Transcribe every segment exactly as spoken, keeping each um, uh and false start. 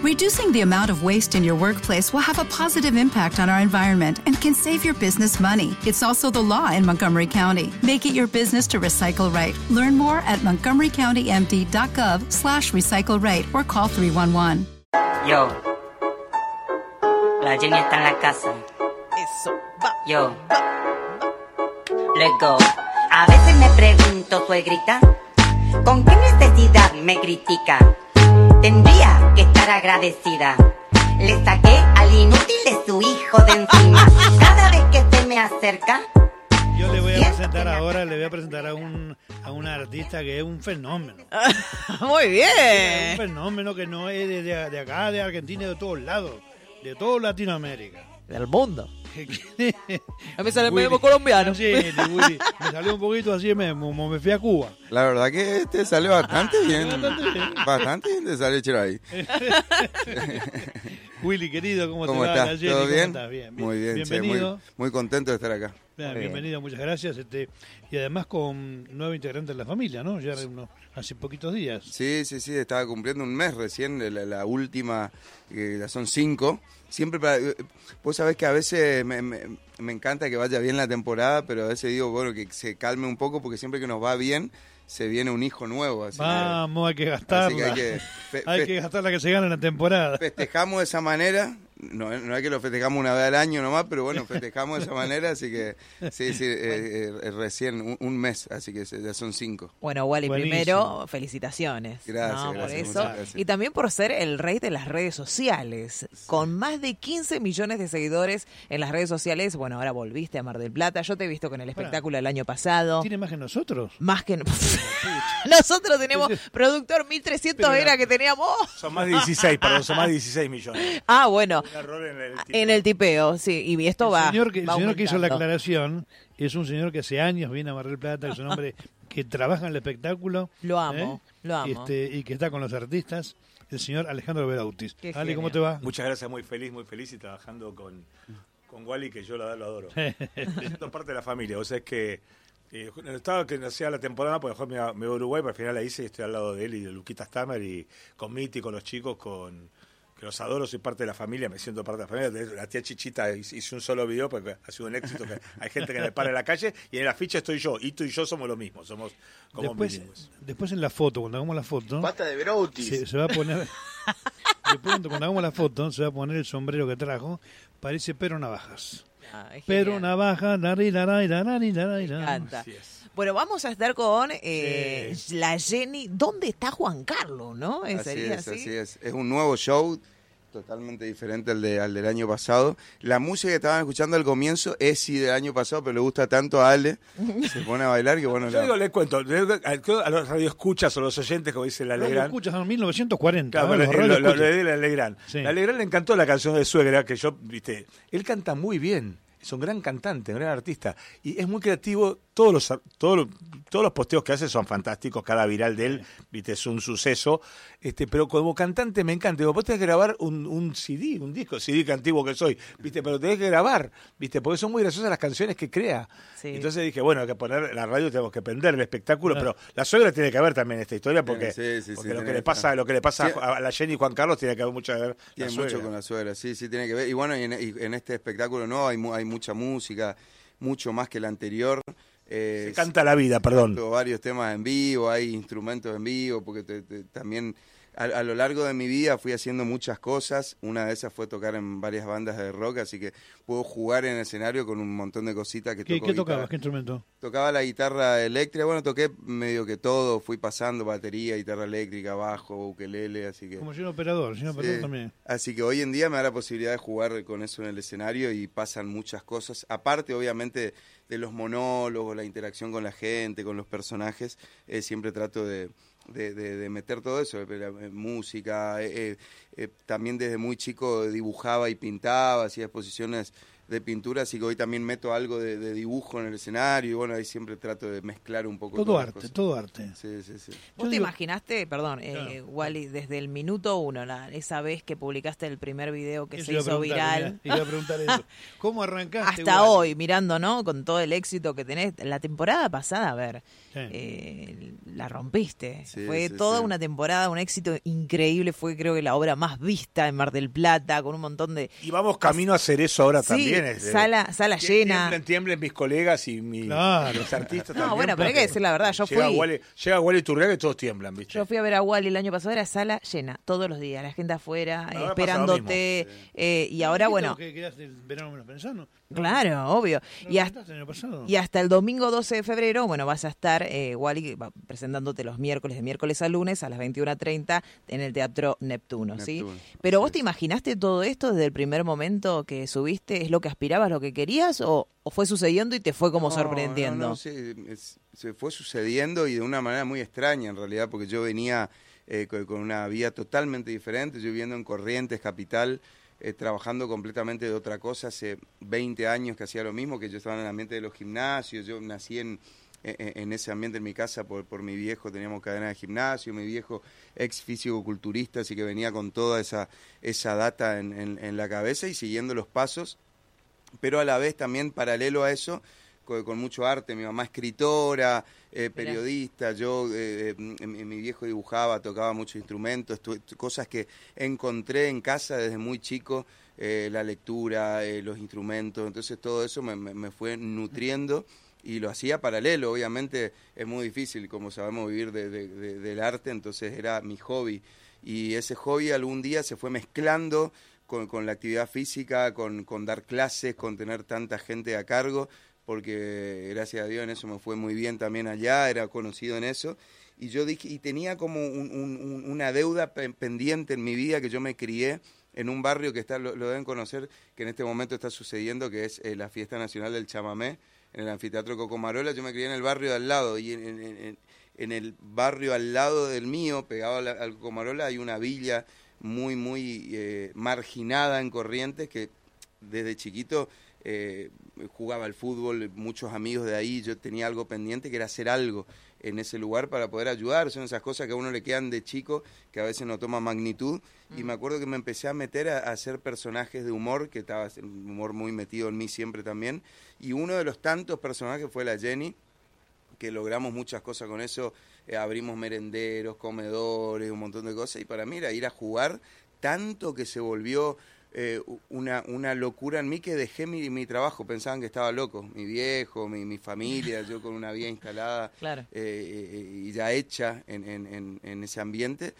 Reducing the amount of waste in your workplace will have a positive impact on our environment and can save your business money. It's also the law in Montgomery County. Make it your business to recycle right. Learn more at montgomery county m d dot gov slash recycle right or call three one one. Yo, la Jenny está en la casa. Eso, va. Yo, let's go. A veces me pregunto, suegrita, ¿con qué necesidad me critica? Tendría que estar agradecida. Le saqué al inútil de su hijo de encima. Cada vez que se me acerca. Yo le voy a presentar ahora, le voy a presentar a un a una artista que es un fenómeno. Muy bien. Es un fenómeno que no es de, de, de acá, de Argentina, de todos lados, de toda Latinoamérica. Del mundo. A mí sale Willy, medio colombiano. Sí, Willy, me salió un poquito así, me, como me fui a Cuba. La verdad que te sale bastante bien. Bastante bien. Bastante bien te sale Chiray. Willy, querido, ¿cómo, ¿Cómo te va? estás? Jenny, ¿Todo ¿cómo bien? estás? Bien, Muy bien, bienvenido. Sí, muy, muy contento de estar acá. Bien, bienvenido, muchas gracias. Este, y además con nuevo integrante de la familia, ¿no? Ya unos, hace poquitos días. Sí, sí, sí, estaba cumpliendo un mes recién, la, la última, eh, ya son cinco. Siempre para, vos sabés que a veces me, me, me encanta que vaya bien la temporada, pero a veces digo, bueno, que se calme un poco porque siempre que nos va bien, se viene un hijo nuevo. Así Vamos, que, hay que gastarla. Así que hay que, fe, hay fe, que gastar la que se gana en la temporada. Festejamos de esa manera. No, no es que lo festejamos una vez al año nomás, pero bueno, festejamos de esa manera, así que sí, sí, eh, eh, recién un, un mes, así que ya son cinco. Bueno, Wally, Buenísimo. Primero, felicitaciones. Gracias, ¿no? gracias, por eso. gracias. Y también por ser el rey de las redes sociales. Sí. Con más de quince millones de seguidores en las redes sociales. Bueno, ahora volviste a Mar del Plata. Yo te he visto con el espectáculo del año pasado. ¿Tiene más que nosotros? Más que nosotros tenemos productor mil trescientos era la... que teníamos. Son más de dieciséis, perdón, son más de dieciséis millones. Ah, bueno. Un error en el tipeo. En el tipeo, sí, y esto el va. Señor que, va el señor que hizo la aclaración es un señor que hace años viene a Mar del Plata, que es un hombre que trabaja en el espectáculo. Lo amo, ¿eh? lo amo. Este, y que está con los artistas, el señor Alejandro Berautis. Qué Ale, genio. ¿cómo te va? Muchas gracias, muy feliz, muy feliz y trabajando con, con Wally, que yo la, lo adoro. Siento parte de la familia, o sea, es que eh, estaba que hacía la temporada, porque mejor me iba, me iba a Uruguay, pero al final la hice y estoy al lado de él y de Luquita Stammer y con Miti, con los chicos, con... que los adoro, soy parte de la familia, me siento parte de la familia. La tía Chichita hice un solo video porque ha sido un éxito, que hay gente que me para en la calle y en el afiche estoy yo, y tú y yo somos lo mismo, somos como después, bilingües. después en la foto, cuando hagamos la foto, Basta de Berautis. se, se va a poner, después cuando hagamos la foto, se va a poner el sombrero que trajo, parece Pedro Navajas. Ay, Pedro Navajas, nari, laray, laray, laray, me laray. encanta. Así es. Bueno, vamos a estar con eh, Sí. la Jenny. ¿Dónde está Juan Carlos, no? Así ¿Sería es, así? así es. Es un nuevo show, totalmente diferente al, de, al del año pasado. La música que estaban escuchando al comienzo es sí del año pasado, pero le gusta tanto a Ale. Se pone a bailar que bueno. Yo la... digo, le cuento, le- a los radioescuchas o los oyentes, como dice la Radio Legrand. escuchas en mil novecientos cuarenta. Claro, ¿no? lo, Los radio lo, lo, escuchas. lo de la Legrand. Sí. La Legrand le encantó la canción de Suegra, que yo, viste, él canta muy bien. Es un gran cantante, un gran artista. Y es muy creativo. Todos los, todos los, todos los posteos que hace son fantásticos. Cada viral de él, viste, es un suceso. Este, pero como cantante me encanta. Digo, vos tenés que grabar un, un C D, un disco, C D que antiguo que soy, viste, pero tenés que grabar, viste, porque son muy graciosas las canciones que crea. Sí. Entonces dije, bueno, hay que poner la radio, tenemos que prender el espectáculo, pero la suegra tiene que ver también esta historia, porque, Sí, sí, sí, porque tiene lo que que le pasa, estar. lo que le pasa Sí. a la Jenny y Juan Carlos tiene que ver mucho que ver. Tiene la mucho suegra. con la suegra, sí, sí, tiene que ver. Y bueno, y en, y en este espectáculo no, hay, mu- hay mucha música, mucho más que el anterior. Eh, Se canta la vida, perdón. Canto varios temas en vivo, hay instrumentos en vivo, porque te- te- también a, a lo largo de mi vida fui haciendo muchas cosas. Una de esas fue tocar en varias bandas de rock, así que puedo jugar en el escenario con un montón de cositas que ¿Qué, toco qué guitarra. tocabas? ¿Qué instrumento? Tocaba la guitarra eléctrica, bueno, toqué medio que todo, fui pasando batería, guitarra eléctrica, bajo, ukelele, así que... Como señor operador, señor operador Sí. también. Así que hoy en día me da la posibilidad de jugar con eso en el escenario y pasan muchas cosas. Aparte, obviamente, de los monólogos, la interacción con la gente, con los personajes, eh, siempre trato de, de, de, de meter todo eso, eh, la, eh, música. Eh, eh, eh, también desde muy chico dibujaba y pintaba, hacía exposiciones de pintura, así que hoy también meto algo de, de dibujo en el escenario y bueno, ahí siempre trato de mezclar un poco. Todo arte, todo arte. Sí, sí, sí. ¿Vos Yo te digo- imaginaste, perdón, eh, Claro. Wally, desde el minuto uno, la- esa vez que publicaste el primer video que Eso se iba a hizo preguntar, viral, mirá, iba a preguntar eso. ¿Cómo arrancaste? hasta Wally? hoy, mirando, ¿no? Con todo el éxito que tenés. La temporada pasada, a ver, Sí. eh, la rompiste. Sí, fue sí, toda sí. una temporada, un éxito increíble. Fue, creo que, la obra más vista en Mar del Plata, con un montón de... Y vamos camino a hacer eso ahora Sí, también. es de- sala, sala Tie- llena. Tiemblen, tiemblen mis colegas y mi- Claro. mis artistas No, también. bueno, pero hay que porque decir la verdad, yo llega fui- Wally, llega Wally Turriaga y todos tiemblan, ¿viste? Yo fui a ver a Wally el año pasado, era sala llena, todos los días, la gente afuera, Me eh, habrá pasado lo esperándote. eh, y ahora, ¿Dijiste bueno, que quedaste el verano menos pensando? claro, obvio. ¿No Y lo hasta, contaste el año pasado? y hasta el domingo doce de febrero, bueno, vas a estar, eh, Wally, va- presentándote los miércoles, de miércoles a lunes a las veintiuna treinta en el Teatro Neptuno, ¿sí? Neptuno, Pero así vos te es. imaginaste todo esto desde el primer momento que subiste, ¿es lo que aspirabas, lo que querías, o, o fue sucediendo y te fue como No, sorprendiendo? No, no, sí, es- se fue sucediendo y de una manera muy extraña en realidad, porque yo venía eh, con, con una vida totalmente diferente, yo viviendo en Corrientes, capital, eh, trabajando completamente de otra cosa, hace veinte años que hacía lo mismo, que yo estaba en el ambiente de los gimnasios, yo nací en, en, en ese ambiente en mi casa por, por mi viejo, teníamos cadena de gimnasio, mi viejo ex físico-culturista, así que venía con toda esa, esa data en, en, en la cabeza y siguiendo los pasos, pero a la vez también paralelo a eso, con, con mucho arte, mi mamá escritora, eh, periodista, yo, eh, eh, mi, mi viejo dibujaba, tocaba muchos instrumentos, tu, tu, cosas que encontré en casa desde muy chico, eh, la lectura, eh, los instrumentos, entonces todo eso me, me, me fue nutriendo y lo hacía paralelo, obviamente es muy difícil, como sabemos, vivir de, de, de, del arte, entonces era mi hobby y ese hobby algún día se fue mezclando con, con la actividad física, con, con dar clases, con tener tanta gente a cargo, porque gracias a Dios en eso me fue muy bien también allá, era conocido en eso, y yo dije, y tenía como un, un, una deuda pendiente en mi vida, que yo me crié en un barrio que está, lo, lo deben conocer, que en este momento está sucediendo, que es eh, la Fiesta Nacional del Chamamé, en el Anfiteatro Cocomarola. Yo me crié en el barrio de al lado, y en, en, en, en el barrio al lado del mío, pegado al, al Cocomarola, hay una villa muy, muy eh, marginada en Corrientes, que desde chiquito eh, jugaba al fútbol, muchos amigos de ahí, yo tenía algo pendiente que era hacer algo en ese lugar para poder ayudar, son esas cosas que a uno le quedan de chico, que a veces no toma magnitud, mm. y me acuerdo que me empecé a meter a, a hacer personajes de humor, que estaba un humor muy metido en mí siempre también, y uno de los tantos personajes fue la Jenny, que logramos muchas cosas con eso, eh, abrimos merenderos, comedores, un montón de cosas, y para mí era ir a jugar tanto que se volvió eh, una, una locura en mí que dejé mi, mi trabajo, pensaban que estaba loco, mi viejo, mi, mi familia, yo con una vida instalada Claro. eh, eh, y ya hecha en, en, en, en ese ambiente,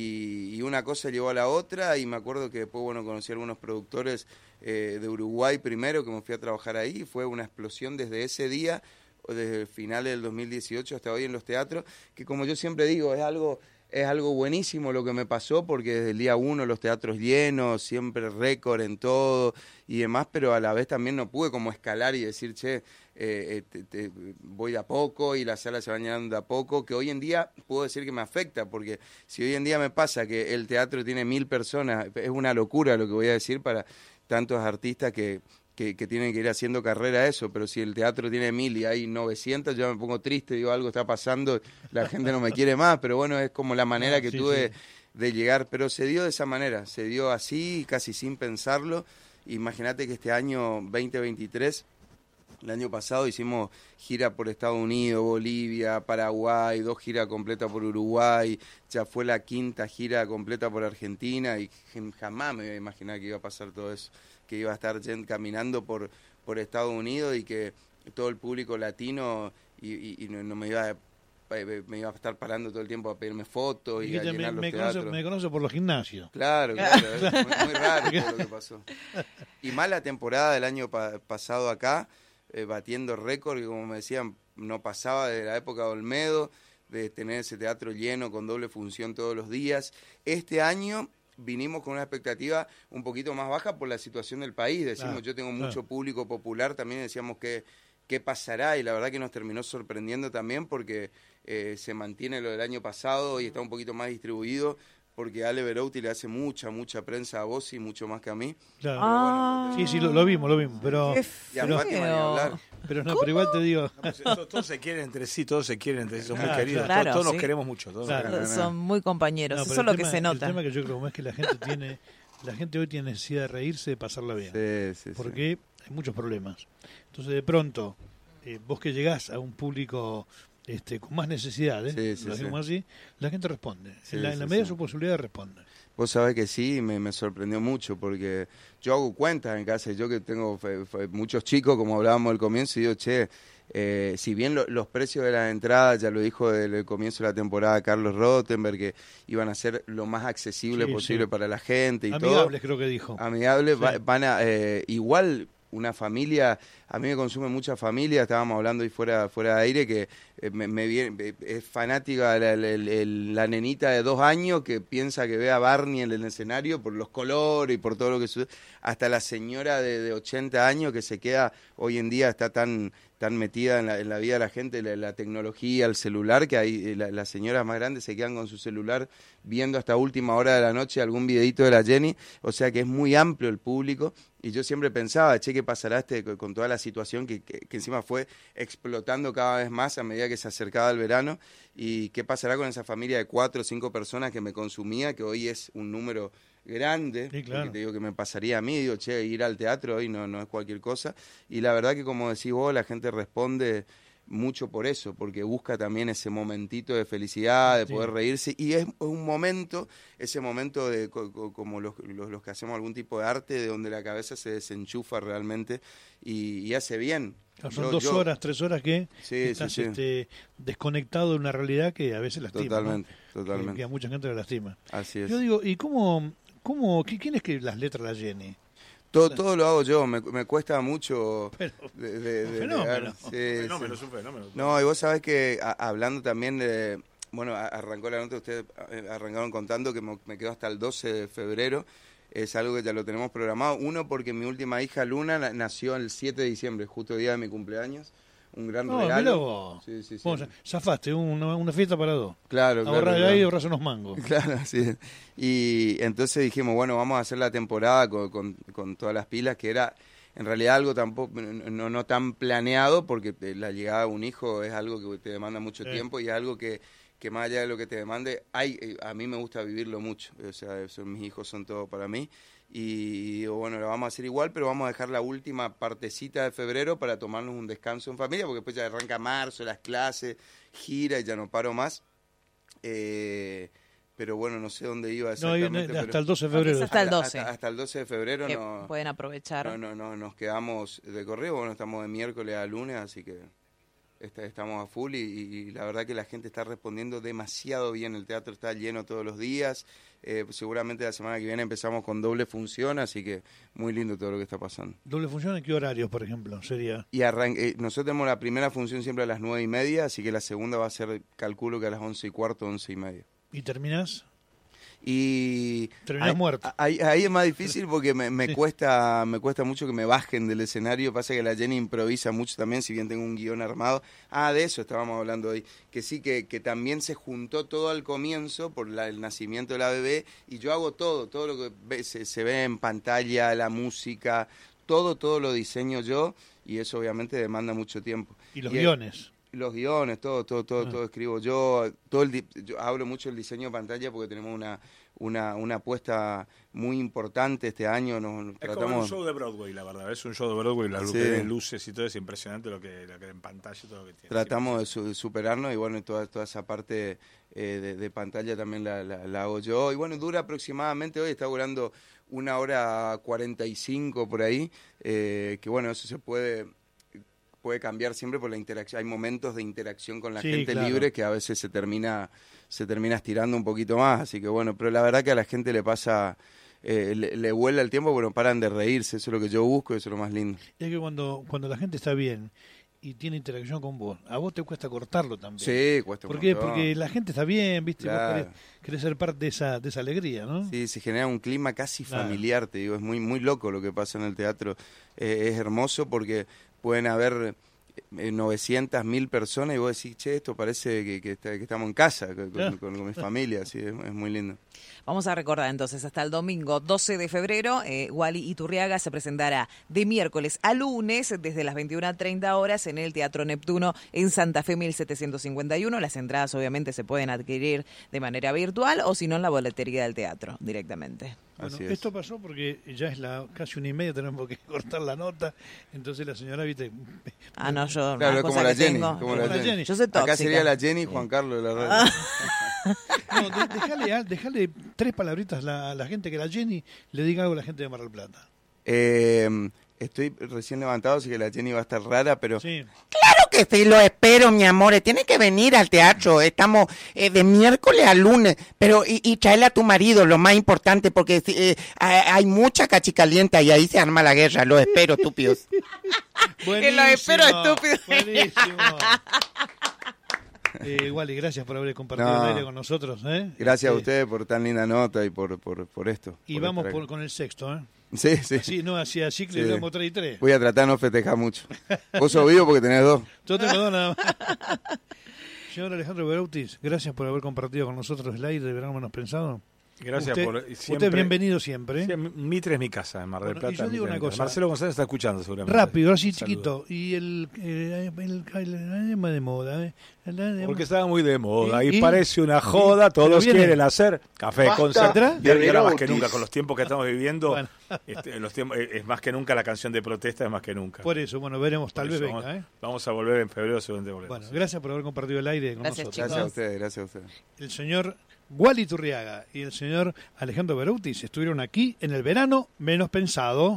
y, y una cosa llevó a la otra, y me acuerdo que después, bueno, conocí a algunos productores eh, de Uruguay primero, que me fui a trabajar ahí, y fue una explosión desde ese día, desde el final del dos mil dieciocho hasta hoy en los teatros, que como yo siempre digo, es algo, es algo buenísimo lo que me pasó, porque desde el día uno los teatros llenos, siempre récord en todo y demás, pero a la vez también no pude como escalar y decir, che, eh, te, te, voy de a poco y las salas se van llenando de a poco, que hoy en día puedo decir que me afecta, porque si hoy en día me pasa que el teatro tiene mil personas, es una locura lo que voy a decir para tantos artistas que... Que, que tienen que ir haciendo carrera a eso, pero si el teatro tiene mil y hay novecientos, yo me pongo triste, digo, algo está pasando, la gente no me quiere más, pero bueno, es como la manera que sí, tuve sí. de llegar, pero se dio de esa manera, se dio así, casi sin pensarlo. Imagínate que este año veinte veintitrés, el año pasado hicimos gira por Estados Unidos, Bolivia, Paraguay, dos giras completas por Uruguay, ya fue la quinta gira completa por Argentina y jamás me iba a imaginar que iba a pasar todo eso, que iba a estar caminando por, por Estados Unidos y que todo el público latino y, y, y no, no me iba a, me iba a estar parando todo el tiempo a pedirme fotos y, y a me, llenar los me teatros. Conoce, me conoce por los gimnasios. Claro, claro, es muy, muy raro todo lo que pasó. Y más la temporada del año pa pasado acá, eh, batiendo récord, que como me decían, no pasaba desde la época de Olmedo, de tener ese teatro lleno con doble función todos los días. Este año vinimos con una expectativa un poquito más baja por la situación del país. Decimos, claro, yo tengo mucho claro. público popular, también decíamos que qué pasará, y la verdad que nos terminó sorprendiendo también porque eh, se mantiene lo del año pasado y está un poquito más distribuido, porque Ale Berouti le hace mucha, mucha prensa a vos y mucho más que a mí. Claro. Ah. Sí, sí, lo, lo vimos, lo vimos, pero... Qué Y a feo. Fátima ni hablar. Pero no, pero igual te digo... No, pues, todos, todos se quieren entre sí, todos se quieren entre sí, son muy Claro, queridos, claro, todos, todos sí. nos queremos mucho. Todos nos Claro. queremos. Son muy compañeros, No, eso pero es lo el que tema- se nota. El tema que yo creo es que la gente tiene... La gente hoy tiene necesidad de reírse, de pasarla bien. Sí, sí, sí. Porque hay muchos problemas. Entonces, de pronto, eh, vos que llegás a un público este, con más necesidades, Sí, sí, lo sí. decimos así, la gente responde. Sí, en la, en la sí, medida sí. de su posibilidad responde. Vos sabés que sí, me, me sorprendió mucho porque yo hago cuentas en casa, yo que tengo fe- fe- muchos chicos, como hablábamos al comienzo, y digo, che, eh, si bien lo- los precios de las entradas, ya lo dijo desde el comienzo de la temporada Carlos Rottenberg, que iban a ser lo más accesible Sí, posible sí. para la gente y Amigables, todo. creo que dijo. Amigables, Sí. va- van a, eh, igual una familia, a mí me consume mucha familia, estábamos hablando ahí fuera, fuera de aire, que eh, me, me viene, eh, es fanática la, la- la- la nenita de dos años que piensa que ve a Barney en el escenario por los colores y por todo lo que sucede, hasta la señora de, de ochenta años que se queda, hoy en día está tan tan metida en la, en la vida de la gente, la, la tecnología, el celular, que hay, la- las señoras más grandes se quedan con su celular viendo hasta última hora de la noche algún videito de la Jenny, o sea que es muy amplio el público, y yo siempre pensaba, che, ¿qué pasará este con, con toda la situación que, que, que encima fue explotando cada vez más a medida que se acercaba el verano, y qué pasará con esa familia de cuatro o cinco personas que me consumía, que hoy es un número grande, Sí, claro. porque te digo que me pasaría a mí, digo, che, ir al teatro hoy no, no es cualquier cosa, y la verdad que como decís vos, la gente responde mucho por eso, porque busca también ese momentito de felicidad, de Sí. poder reírse, y es un momento, ese momento de co- co- como los, los, los que hacemos algún tipo de arte, de donde la cabeza se desenchufa realmente y, y hace bien. Claro, son Yo- dos yo- horas, tres horas que Sí, estás sí, sí. Este, desconectado de una realidad que a veces lastima. Totalmente, ¿no? totalmente. Que, que a mucha gente le lastima. Así es. Yo digo, ¿y cómo, cómo qui- quién escribe las letras de la Jenny? Todo, todo lo hago yo, me, me cuesta mucho Pero, de, de- de- un fenómeno. leer. Sí, Un fenómeno, sí. es un fenómeno. No, y vos sabés que a- hablando también de, bueno, a- arrancó la nota, ustedes eh, arrancaron contando que me, me quedo hasta el doce de febrero, es algo que ya lo tenemos programado. Uno, porque mi última hija Luna na- nació el siete de diciembre, justo día de mi cumpleaños, un gran no, mirá regalo. vos. Sí, sí, sí. Vos zafaste, una, una fiesta para dos. Claro, claro. Ahorrás de claro. ahí y ahorrás unos mangos. Claro, así es. Y entonces dijimos, bueno, vamos a hacer la temporada con, con, con todas las pilas, que era en realidad algo tampoco no, no tan planeado, porque te- la llegada de un hijo es algo que te demanda mucho Sí. tiempo y es algo que, que más allá de lo que te demande, hay, eh, a mí me gusta vivirlo mucho. O sea, son, mis hijos son todo para mí. Y digo, bueno, lo vamos a hacer igual, pero vamos a dejar la última partecita de febrero para tomarnos un descanso en familia, porque después ya arranca marzo, las clases, gira y ya no paro más. Eh, pero bueno, no sé dónde iba No, hay- exactamente. hasta pero- el doce de febrero. Hasta el doce. Hasta, hasta el doce de febrero Que no, pueden aprovechar. no, no, no, nos quedamos de correo. Bueno, estamos de miércoles a lunes, así que está- estamos a full y, y la verdad que la gente está respondiendo demasiado bien. El teatro está lleno todos los días. Eh, seguramente la semana que viene empezamos con doble función, así que muy lindo todo lo que está pasando. ¿Doble función en qué horarios, por ejemplo? Sería. Y arran- eh, nosotros tenemos la primera función siempre a las nueve y media, así que la segunda va a ser, calculo que a las once y cuarto, once y media. ¿Y terminás? Y Terminás ahí, muerto. ahí, ahí es más difícil porque me, me cuesta me cuesta mucho que me bajen del escenario. Pasa que la Jenny improvisa mucho también, si bien tengo un guión armado. Ah, de eso estábamos hablando hoy. Que sí, que, que también se juntó todo al comienzo por la- el nacimiento de la bebé. Y yo hago todo, todo lo que ve- se, se ve en pantalla, la música, todo, todo lo diseño yo. Y eso obviamente demanda mucho tiempo. ¿Y los Y el- guiones? Los guiones, todo, todo, todo, Ah. todo escribo yo. Todo el, di- yo hablo mucho del diseño de pantalla porque tenemos una, una, una apuesta muy importante este año. Nos, nos Es como un tratamos. show de Broadway, la verdad. Es un show de Broadway, las Sí. luces, luces y todo es impresionante lo que, lo que en pantalla todo lo que tiene. Tratamos de, su- de superarnos y bueno, toda, toda esa parte eh, de, de pantalla también la, la, la hago yo. Y bueno, dura aproximadamente, hoy está durando una hora cuarenta y cinco por ahí, eh, que bueno, eso se puede puede cambiar siempre por la interacción. Hay momentos de interacción con la Sí, gente claro. libre que a veces se termina se termina estirando un poquito más, así que bueno, pero la verdad que a la gente le pasa, eh, le, le vuela el tiempo porque no paran de reírse, eso es lo que yo busco, eso es lo más lindo. Y es que cuando, cuando la gente está bien y tiene interacción con vos, a vos te cuesta cortarlo también. Sí, cuesta un ¿Por qué? montón. Porque la gente está bien, ¿viste? Claro. Vos querés, querés ser parte de esa, de esa alegría, ¿no? Sí, se genera un clima casi Claro. familiar, te digo, es muy muy loco lo que pasa en el teatro. Eh, es hermoso porque pueden haber novecientas mil personas y vos decís, che, esto parece que, que, está, que estamos en casa con, con, con, con mi familia, así, es, es muy lindo. Vamos a recordar entonces, hasta el domingo doce de febrero, eh, Wally Iturriaga se presentará de miércoles a lunes desde las veintiuna treinta horas en el Teatro Neptuno en Santa Fe mil setecientos cincuenta y uno. Las entradas obviamente se pueden adquirir de manera virtual o si no en la boletería del teatro directamente. Bueno, Así es. esto pasó porque ya es la casi una y media, tenemos que cortar la nota, entonces la señora, viste... Ah, no, yo Claro, una es como cosa la que Jenny, tengo. como la Como la Jenny. Jenny. Yo soy tóxica. Acá sería la Jenny y Juan Carlos de la radio. No, de- dejale, a- dejale tres palabritas a la, a la gente, que la Jenny le diga algo a la gente de Mar del Plata. Eh, estoy recién levantado, así que la Jenny va a estar rara, pero Sí. Claro que sí, lo espero, mi amor. Tiene que venir al teatro. Estamos eh, de miércoles a lunes. Pero, y, y traerle a tu marido, lo más importante, porque eh, hay hay mucha cachicalienta y ahí se arma la guerra. Lo espero, estúpidos. Buenísimo, lo espero, estúpido. Buenísimo. Eh, Wally, gracias por haber compartido No. el aire con nosotros. ¿eh? gracias a Este, ustedes por tan linda nota y por, por, por esto. Y por vamos estar por- aquí. con el sexto. ¿eh? Sí, sí. Sí, no, hacía ciclo y Sí. éramos tres y tres. Voy a tratar de no festejar mucho. Vos sos vivo porque tenés dos. Yo tengo dos nada más. Señor Alejandro Berautis, gracias por haber compartido con nosotros el aire de Verano Menos Pensado. Gracias usted, por Usted siempre. es bienvenido siempre. ¿eh? Sí, Mitre es mi casa en Mar del Bueno, y Plata. yo digo Mitre una es mi casa. cosa. Marcelo González está escuchando seguramente. Rápido, así Saludos. chiquito. Y el, el, el, el, el tema de moda. ¿eh? El- el- Porque estaba muy de moda y, Y- y- parece una joda, pero todos viene- quieren hacer café con sal. ¿Atrás? Y ahora De más que Berautis. nunca, con los tiempos que estamos viviendo, Bueno. este, los tiempos, es más que nunca la canción de protesta, es más que nunca. Por eso, bueno, veremos, tal Por vez eso venga. vamos, ¿eh? vamos a volver en febrero, seguramente volvemos. Bueno, gracias por haber compartido el aire con Gracias, nosotros. chicos. Gracias a ustedes, gracias a ustedes. El señor Wally Turriaga y el señor Alejandro Berautis estuvieron aquí en el Verano Menos Pensado.